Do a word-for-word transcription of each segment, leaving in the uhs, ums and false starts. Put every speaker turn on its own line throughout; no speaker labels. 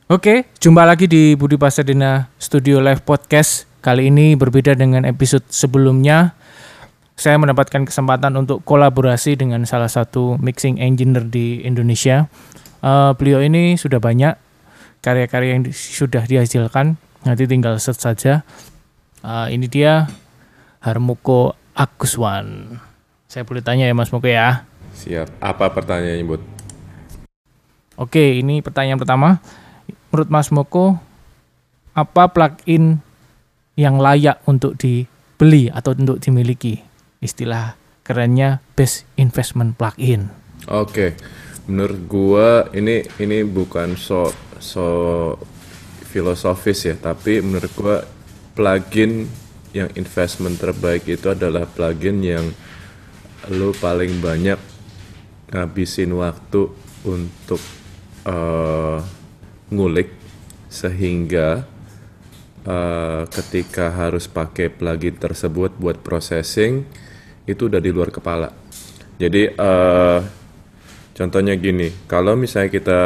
Oke, jumpa lagi di Budi Pasadena Studio Live Podcast. Kali ini berbeda dengan episode sebelumnya. Saya mendapatkan kesempatan untuk kolaborasi dengan salah satu mixing engineer di Indonesia. Uh, beliau ini sudah banyak karya-karya yang di, sudah dihasilkan. Nanti tinggal search saja. Uh, ini dia Harmoko Aguswan. Saya boleh tanya ya Mas Moko ya?
Siap. Apa pertanyaannya, Bud?
Oke, ini pertanyaan pertama. Menurut Mas Moko, apa plugin yang layak untuk dibeli atau untuk dimiliki? Istilah kerennya best investment plugin.
Oke, menurut gua ini ini bukan so so filosofis ya, tapi menurut gua plugin yang investment terbaik itu adalah plugin yang lu paling banyak ngabisin waktu untuk uh, ngulik, sehingga uh, ketika harus pakai plugin tersebut buat processing itu udah di luar kepala. Jadi uh, contohnya gini, kalau misalnya kita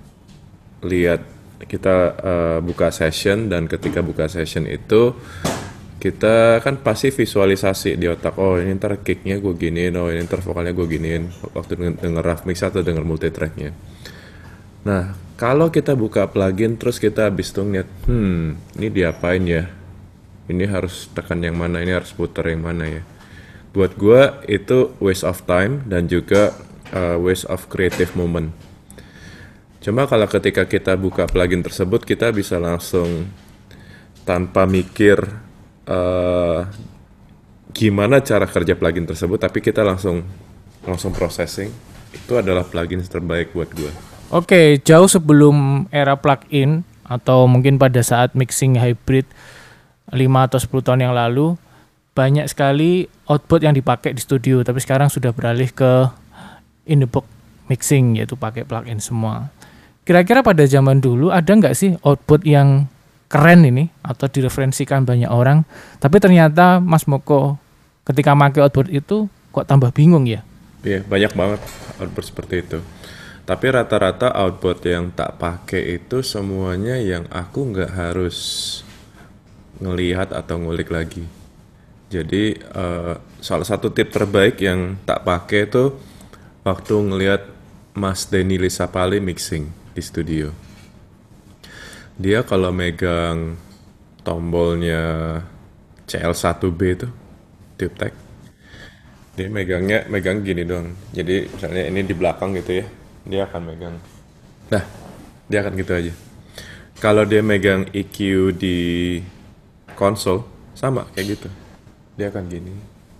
lihat kita uh, buka session, dan ketika buka session itu kita kan pasti visualisasi di otak, oh ini ntar kicknya gue giniin, oh ini ntar vokalnya gue giniin waktu denger rough mix atau denger multitracknya. Nah, kalau kita buka plugin terus kita habis itu ngeliat, hmm, ini diapain ya? Ini harus tekan yang mana, ini harus putar yang mana ya? Buat gue itu waste of time dan juga uh, waste of creative moment. Cuma kalau ketika kita buka plugin tersebut, kita bisa langsung tanpa mikir uh, gimana cara kerja plugin tersebut, tapi kita langsung langsung processing. Itu adalah plugin terbaik buat gue.
Oke, jauh sebelum era plug-in atau mungkin pada saat mixing hybrid lima atau sepuluh tahun yang lalu, banyak sekali output yang dipakai di studio, tapi sekarang sudah beralih ke in the box mixing, yaitu pakai plug-in semua. Kira-kira pada zaman dulu ada nggak sih output yang keren ini atau direferensikan banyak orang, tapi ternyata Mas Moko ketika pakai output itu kok tambah bingung ya?
Iya, banyak banget output seperti itu. Tapi rata-rata output yang tak pakai itu semuanya yang aku nggak harus ngelihat atau ngulik lagi. Jadi uh, salah satu tip terbaik yang tak pakai itu waktu ngelihat Mas Denny Lisapali mixing di studio. Dia kalau megang tombolnya C L satu B itu, tube tech, dia megangnya megang gini doang. Jadi misalnya ini di belakang gitu ya, dia akan megang, nah dia akan gitu aja. Kalau dia megang E Q di konsol sama kayak gitu, dia akan gini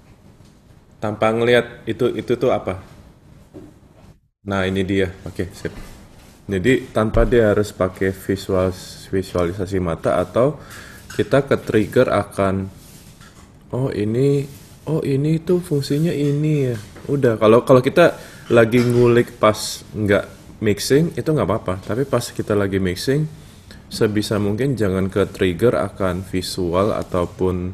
tanpa ngelihat itu itu tuh apa. Nah ini dia, oke okay, sip. Jadi tanpa dia harus pakai visual visualisasi mata, atau kita ke trigger akan oh ini oh ini tuh fungsinya ini ya. Udah, kalau kalau kita lagi ngulik pas nggak mixing itu nggak apa-apa, tapi pas kita lagi mixing sebisa mungkin jangan ke trigger akan visual ataupun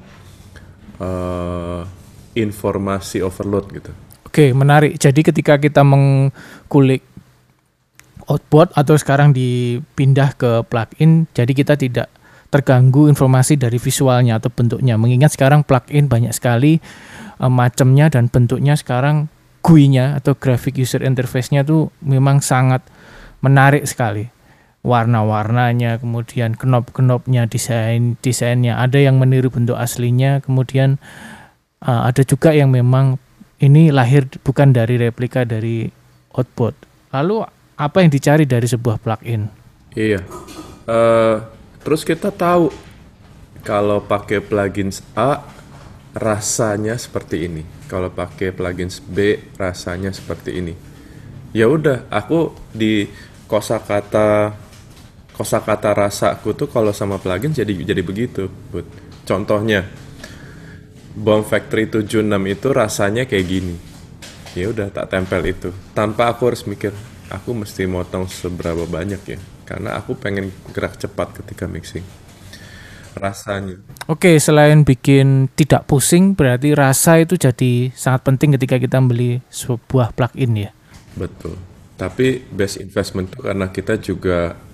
uh, informasi overload gitu.
Oke, menarik. Jadi ketika kita mengkulik output atau sekarang dipindah ke plugin, jadi kita tidak terganggu informasi dari visualnya atau bentuknya. Mengingat sekarang plugin banyak sekali uh, macamnya dan bentuknya sekarang G U I-nya atau graphic user interface-nya tuh memang sangat menarik sekali. Warna-warnanya, kemudian knob-knobnya, desain desainnya, ada yang meniru bentuk aslinya, kemudian uh, ada juga yang memang ini lahir bukan dari replika dari output. Lalu apa yang dicari dari sebuah plugin?
Iya. Uh, terus kita tahu kalau pakai plugin A rasanya seperti ini, kalau pakai plugin B rasanya seperti ini. Ya udah, aku di kosakata kosakata rasaku tuh kalau sama plugin jadi jadi begitu, Bud. Contohnya Bomb Factory tujuh puluh enam itu rasanya kayak gini. Ya udah, tak tempel itu tanpa aku harus mikir aku mesti motong seberapa banyak ya, karena aku pengen gerak cepat ketika mixing. Rasanya.
Oke, selain bikin tidak pusing, berarti rasa itu jadi sangat penting ketika kita beli sebuah plugin ya.
Betul. Tapi best investment itu karena kita juga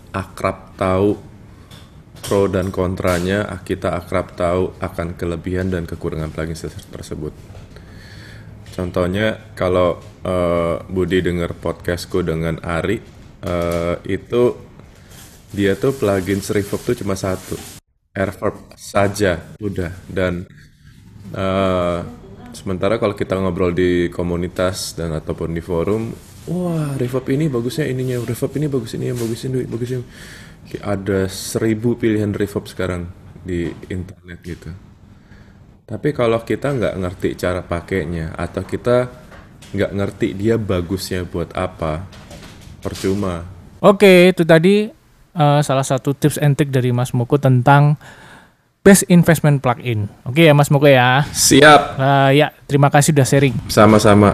akrab tahu pro dan kontranya, kita akrab tahu akan kelebihan dan kekurangan plugin tersebut. Contohnya kalau uh, Budi dengar podcastku dengan Ari, uh, itu dia tuh plugin reverb tuh cuma satu, Airverb saja, udah. Dan uh, sementara kalau kita ngobrol di komunitas dan ataupun di forum, wah reverb ini bagusnya ininya, reverb ini bagus ini yang bagus ini bagusnya. Ada seribu pilihan reverb sekarang di internet gitu. Tapi kalau kita nggak ngerti cara pakainya atau kita nggak ngerti dia bagusnya buat apa, percuma.
Oke, itu tadi uh, salah satu tips and trick dari Mas Moko tentang best investment plugin. Oke ya Mas Moko ya.
Siap.
Uh, ya, terima kasih udah sharing.
Sama-sama.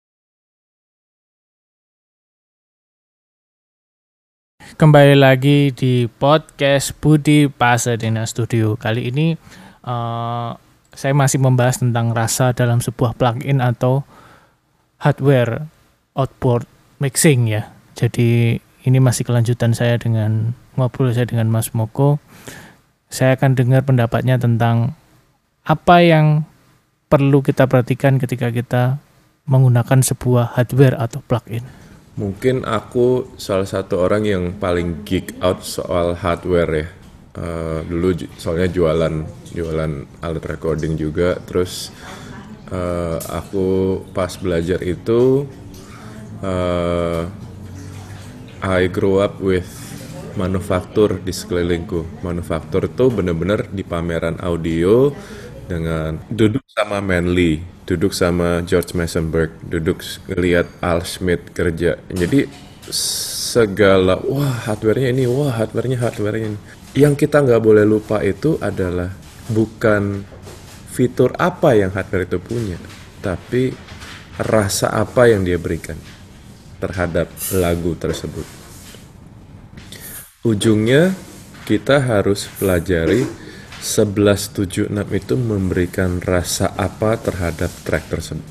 Kembali lagi di podcast Budi Pasadena Studio. Kali ini uh, saya masih membahas tentang rasa dalam sebuah plugin atau hardware outboard mixing ya. Jadi ini masih kelanjutan saya dengan ngobrol saya dengan Mas Moko. Saya akan dengar pendapatnya tentang apa yang perlu kita perhatikan ketika kita menggunakan sebuah hardware atau plugin.
Mungkin aku salah satu orang yang paling geek out soal hardware ya. Uh, dulu ju- soalnya jualan jualan alat recording juga. Terus uh, aku pas belajar itu uh, I grew up with manufaktur di sekelilingku. Manufaktur itu benar-benar di pameran audio dengan duduk sama Manley, duduk sama George Massenburg, duduk lihat Al Schmidt kerja. Jadi segala, wah hardware-nya ini, wah hardware-nya, hardware-nya ini. Yang kita nggak boleh lupa itu adalah bukan fitur apa yang hardware itu punya, tapi rasa apa yang dia berikan terhadap lagu tersebut. Ujungnya kita harus pelajari sebelas tujuh enam itu memberikan rasa apa terhadap track tersebut.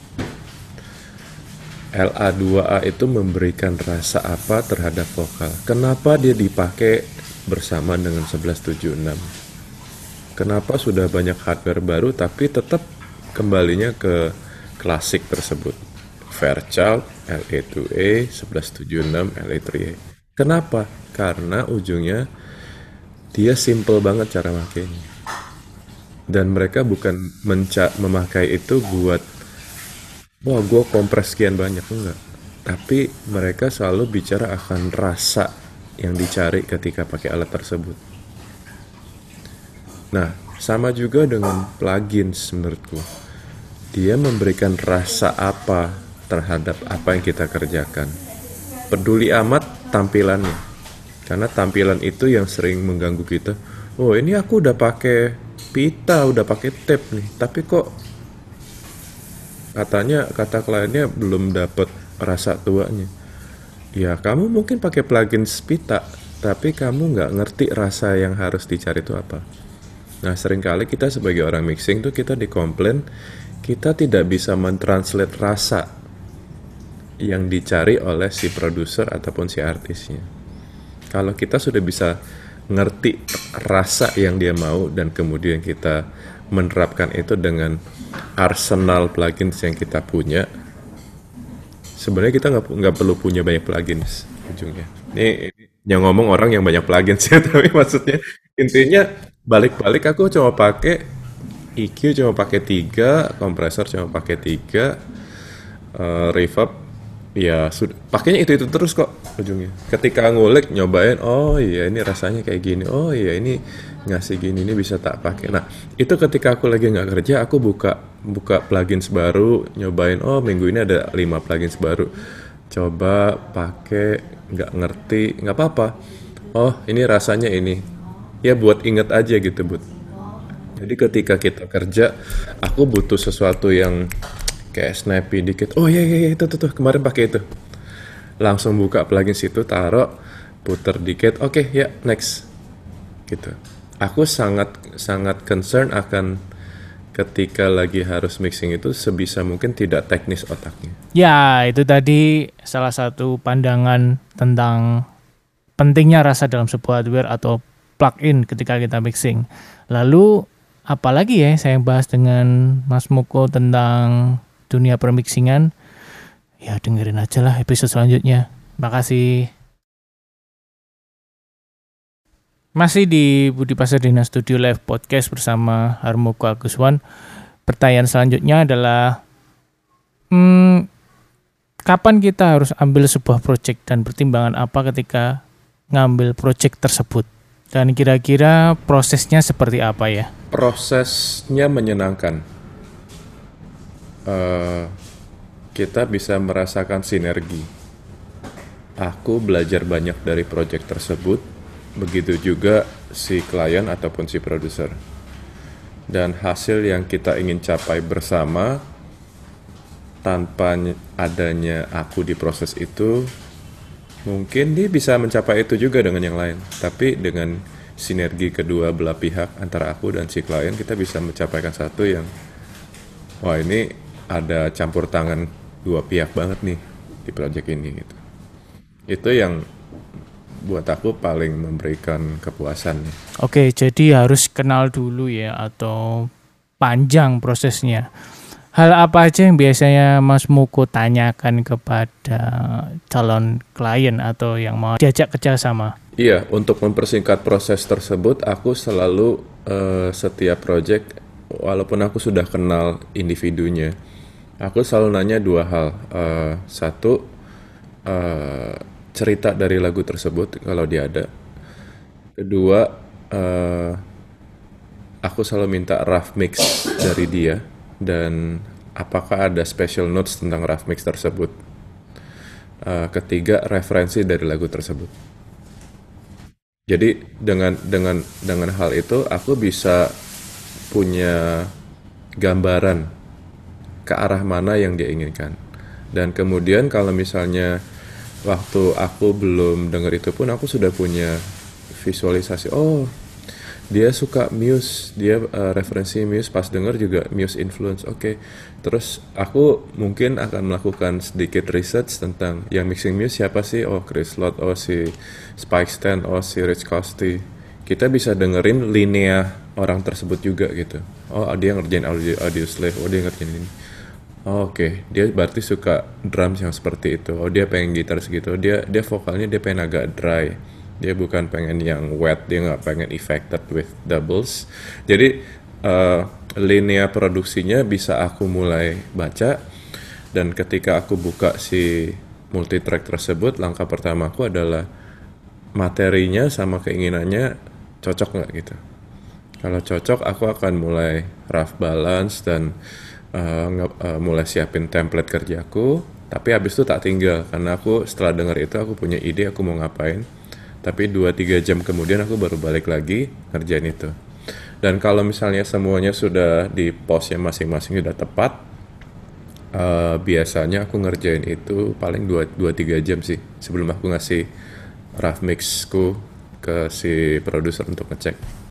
L A dua A itu memberikan rasa apa terhadap vokal. Kenapa dia dipakai bersama dengan sebelas tujuh enam? Kenapa sudah banyak hardware baru tapi tetap kembalinya ke klasik tersebut? Fairchild, L A dua A, sebelas tujuh enam, L A tiga A. Kenapa? Karena ujungnya dia simple banget cara makainya. Dan mereka bukan menca- memakai itu buat wah gue kompres sekian banyak, enggak. Tapi mereka selalu bicara akan rasa yang dicari ketika pakai alat tersebut. Nah, sama juga dengan plugins menurutku. Dia memberikan rasa apa terhadap apa yang kita kerjakan. Peduli amat tampilannya. Karena tampilan itu yang sering mengganggu kita. Oh, ini aku udah pakai pita, udah pakai tape nih, tapi kok katanya kata kliennya belum dapat rasa tuanya. Ya, kamu mungkin pakai plugin pita, tapi kamu nggak ngerti rasa yang harus dicari itu apa. Nah, seringkali kita sebagai orang mixing tuh kita dikomplain kita tidak bisa mentranslate rasa yang dicari oleh si produser ataupun si artisnya. Kalau kita sudah bisa ngerti rasa yang dia mau dan kemudian kita menerapkan itu dengan arsenal plugins yang kita punya, sebenarnya kita nggak nggak perlu punya banyak plugins ujungnya. Ini, ini yang ngomong orang yang banyak plugins ya, tapi maksudnya intinya balik-balik aku cuma pakai E Q cuma pakai tiga, kompresor cuma pakai tiga, uh, reverb ya sudah, pakainya itu itu terus kok ujungnya. Ketika ngulik nyobain, oh iya ini rasanya kayak gini, oh iya ini ngasih gini, ini bisa tak pakai. Nah itu ketika aku lagi nggak kerja, aku buka buka plugins baru, nyobain, oh minggu ini ada lima plugins baru, coba pakai, nggak ngerti nggak apa-apa, oh ini rasanya ini, ya buat inget aja gitu Bud. Jadi ketika kita kerja, aku butuh sesuatu yang kayak snappy dikit. Oh iya iya iya itu tuh, tuh kemarin pakai itu. Langsung buka plugin situ, taruh, puter dikit. Oke, okay, ya next. Gitu. Aku sangat sangat concern akan ketika lagi harus mixing itu sebisa mungkin tidak teknis otaknya.
Ya, itu tadi salah satu pandangan tentang pentingnya rasa dalam sebuah hardware atau plugin ketika kita mixing. Lalu apalagi ya saya bahas dengan Mas Moko tentang dunia permixingan, ya dengerin aja lah episode selanjutnya. Makasih. Masih di Budi Pasardina Studio Live Podcast bersama Harmoko Aguswan. Pertanyaan selanjutnya adalah, hmm, kapan kita harus ambil sebuah project dan pertimbangan apa ketika ngambil project tersebut? Dan kira-kira prosesnya seperti apa ya?
Prosesnya menyenangkan. Uh, kita bisa merasakan sinergi. Aku belajar banyak dari project tersebut, begitu juga si klien ataupun si produser. Dan hasil yang kita ingin capai bersama tanpa adanya aku di proses itu, mungkin dia bisa mencapai itu juga dengan yang lain. Tapi dengan sinergi kedua belah pihak antara aku dan si klien, kita bisa mencapaikan satu yang, wah ini ada campur tangan dua pihak banget nih di project ini gitu. Itu yang buat aku paling memberikan kepuasan.
Oke, jadi harus kenal dulu ya, atau panjang prosesnya. Hal apa aja yang biasanya Mas Moko tanyakan kepada calon klien atau yang mau diajak kerjasama?
Iya, untuk mempersingkat proses tersebut, aku selalu uh, setiap project, walaupun aku sudah kenal individunya, aku selalu nanya dua hal. Uh, satu, uh, cerita dari lagu tersebut kalau dia ada. Kedua, uh, aku selalu minta rough mix dari dia, dan apakah ada special notes tentang rough mix tersebut. Uh, ketiga, referensi dari lagu tersebut. Jadi dengan dengan dengan hal itu aku bisa punya gambaran ke arah mana yang dia inginkan. Dan kemudian kalau misalnya waktu aku belum dengar itu pun aku sudah punya visualisasi. Oh, dia suka Muse, dia uh, referensi Muse, pas denger juga Muse influence. Oke, okay. Terus aku mungkin akan melakukan sedikit research tentang yang mixing Muse siapa sih? Oh, Chris Lott, oh si Spike Stan, oh si Rich Costey. Kita bisa dengerin linea orang tersebut juga gitu. Oh, dia ngerjain audio, audio slave, oh dia ngerjain ini. Oh, oke, okay. Dia berarti suka drums yang seperti itu. Oh, dia pengen gitar segitu. Dia dia vokalnya dia pengen agak dry. Dia bukan pengen yang wet, dia nggak pengen affected with doubles. Jadi uh, linea produksinya bisa aku mulai baca, dan ketika aku buka si multitrack tersebut, langkah pertamaku adalah materinya sama keinginannya cocok nggak gitu. Kalau cocok, aku akan mulai rough balance dan uh, nge- uh, mulai siapin template kerjaku. Tapi habis itu tak tinggal, karena aku setelah dengar itu aku punya ide aku mau ngapain. Tapi dua tiga jam kemudian aku baru balik lagi ngerjain itu. Dan kalau misalnya semuanya sudah di posnya masing-masing sudah tepat, uh, biasanya aku ngerjain itu paling dua tiga jam sih sebelum aku ngasih rough mixku ke si produser untuk ngecek.